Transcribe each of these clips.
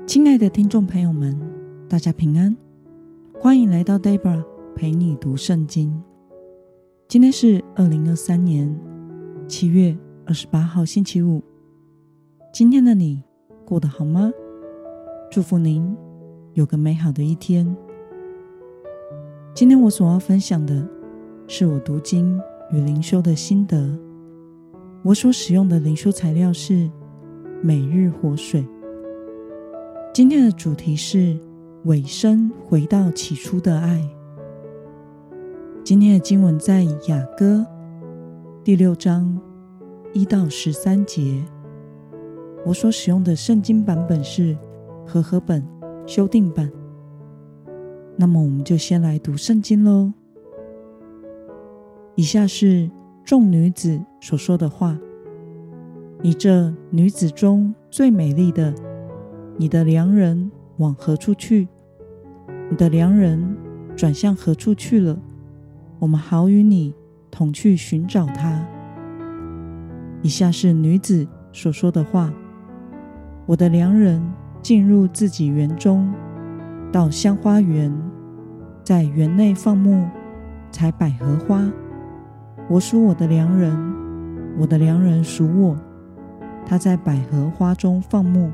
亲爱的听众朋友们，大家平安，欢迎来到 Debra 陪你读圣经。今天是2023年7月28号星期五。今天的你过得好吗？祝福您有个美好的一天。今天我所要分享的是我读经与灵修的心得。我所使用的灵修材料是每日活水。今天的主题是尾声回到起初的爱。今天的经文在雅歌第6章1到13节。我所使用的圣经版本是和合本修订版。那么我们就先来读圣经咯。以下是众女子所说的话：你这女子中最美丽的，你的良人往何处去？你的良人转向何处去了？我们好与你同去寻找他。以下是女子所说的话：我的良人进入自己园中，到香花园，在园内放牧，采百合花。我属我的良人，我的良人属我，他在百合花中放牧。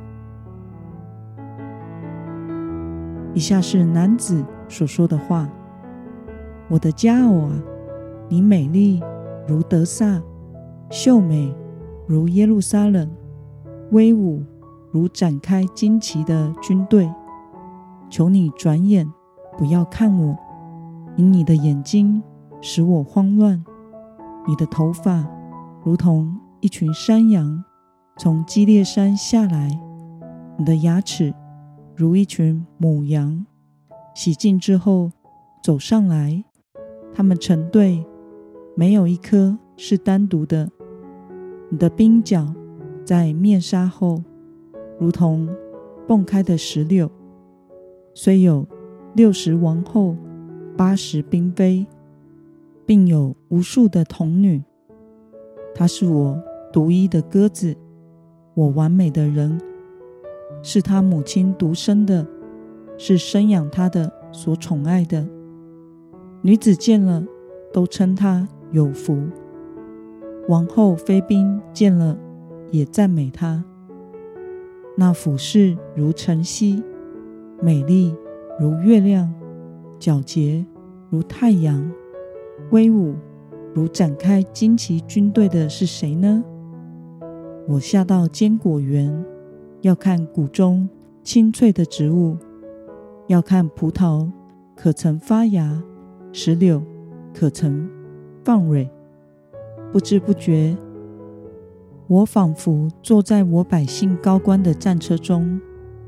以下是男子所说的话：我的佳偶啊，你美丽如得撒，秀美如耶路撒冷，威武如展开旌旗的军队。求你转眼不要看我，因你的眼睛使我慌乱。你的头发如同一群山羊从基列山下来，你的牙齿如一群母羊洗净之后走上来，它们成对，没有一颗是单独的。你的鬓角在面纱后如同迸开的石榴，虽有60王后80嫔妃，并有无数的童女。她是我独一的鸽子，我完美的人，是她母亲独生的，是生养她的所宠爱的。女子见了都称她有福，王后妃嫔见了也赞美她。那俯视如晨曦，美丽如月亮，皎洁如太阳，威武如展开旌旗军队的是谁呢？我下到坚果园，要看谷中青翠的植物，要看葡萄可曾发芽，石榴可曾放蕊。不知不觉，我仿佛坐在我百姓高官的战车中。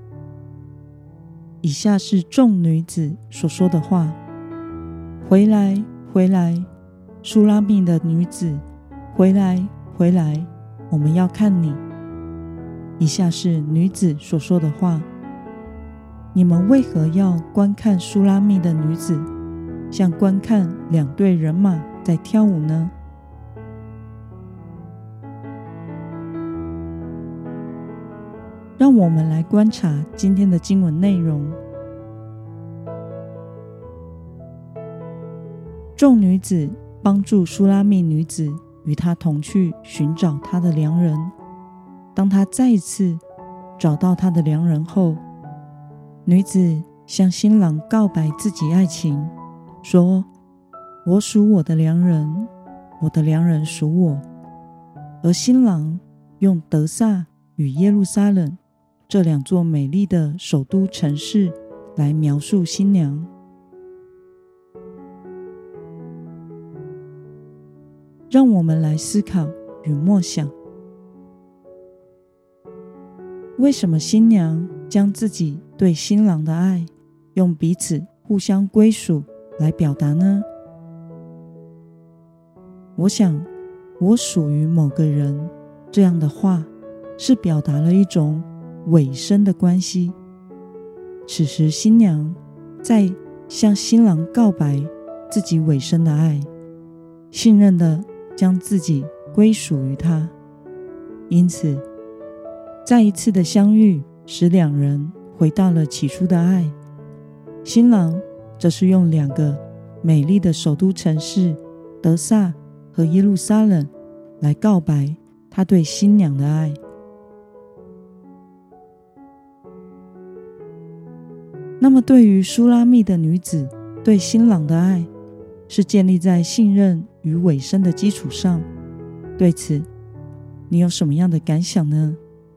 以下是众女子所说的话：回来，回来，书拉密的女子，回来，回来，我们要看你。以下是女子所说的话：你们为何要观看书拉密的女子，像观看2队人马在跳舞呢？让我们来观察今天的经文内容。众女子帮助书拉密女子与她同去寻找她的良人。当她再一次找到她的良人后，女子向新郎告白自己爱情，说：我属我的良人，我的良人属我。而新郎用得撒与耶路撒冷这2座美丽的首都城市来描述新娘。让我们来思考与默想，为什么新娘将自己对新郎的爱用彼此互相归属来表达呢？我想，我属于某个人这样的话，是表达了一种尾声的关系。此时新娘在向新郎告白自己尾声的爱，信任的将自己归属于他。因此再一次的相遇使2人回到了起初的爱，新郎则是用2个美丽的首都城市得撒和耶路撒冷来告白他对新娘的爱。那么对于书拉密的女子对新郎的爱是建立在信任与委身的基础上，对此你有什么样的感想呢？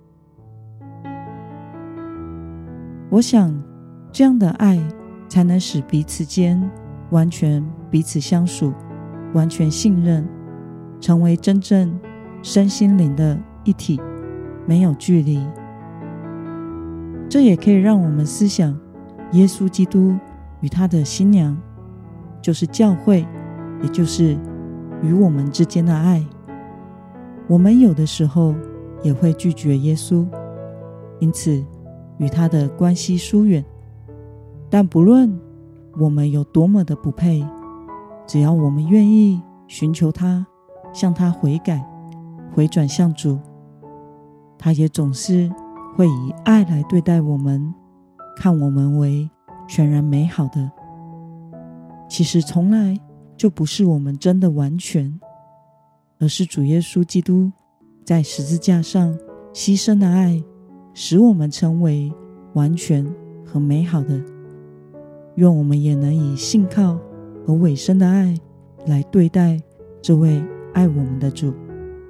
我想这样的爱才能使彼此间完全彼此相属，完全信任，成为真正身心灵的一体，没有距离。这也可以让我们思想耶稣基督与他的新娘，就是教会，也就是与我们之间的爱。我们有的时候也会拒绝耶稣，因此与他的关系疏远。但不论我们有多么的不配，只要我们愿意寻求他，向他悔改，回转向主，他也总是会以爱来对待我们，看我们为全然美好的。其实从来就不是我们真的完全，而是主耶稣基督在十字架上牺牲的爱，使我们成为完全和美好的。愿我们也能以信靠和委身的爱来对待这位爱我们的主。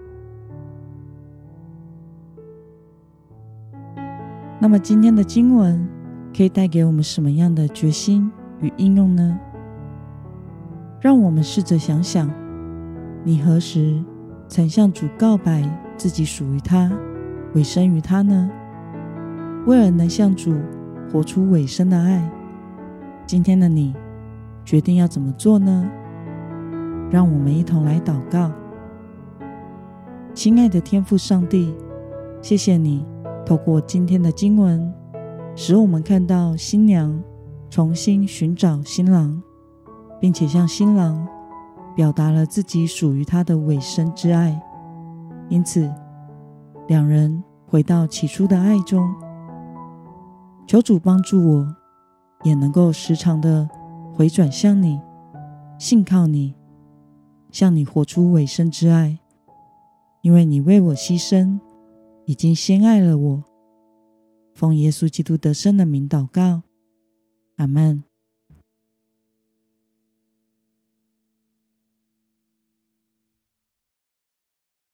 那么今天的经文可以带给我们什么样的决心与应用呢？让我们试着想想，你何时曾向主告白自己属于他，委身于他呢？为了能向主活出委身的爱，今天的你决定要怎么做呢？让我们一同来祷告。亲爱的天父上帝，谢谢你透过今天的经文，使我们看到新娘重新寻找新郎，并且向新郎表达了自己属于他的委身之爱。因此2人回到起初的爱中。求主帮助我，也能够时常的回转向你，信靠你，向你活出委身之爱，因为你为我牺牲，已经先爱了我。奉耶稣基督得胜的名祷告，阿们。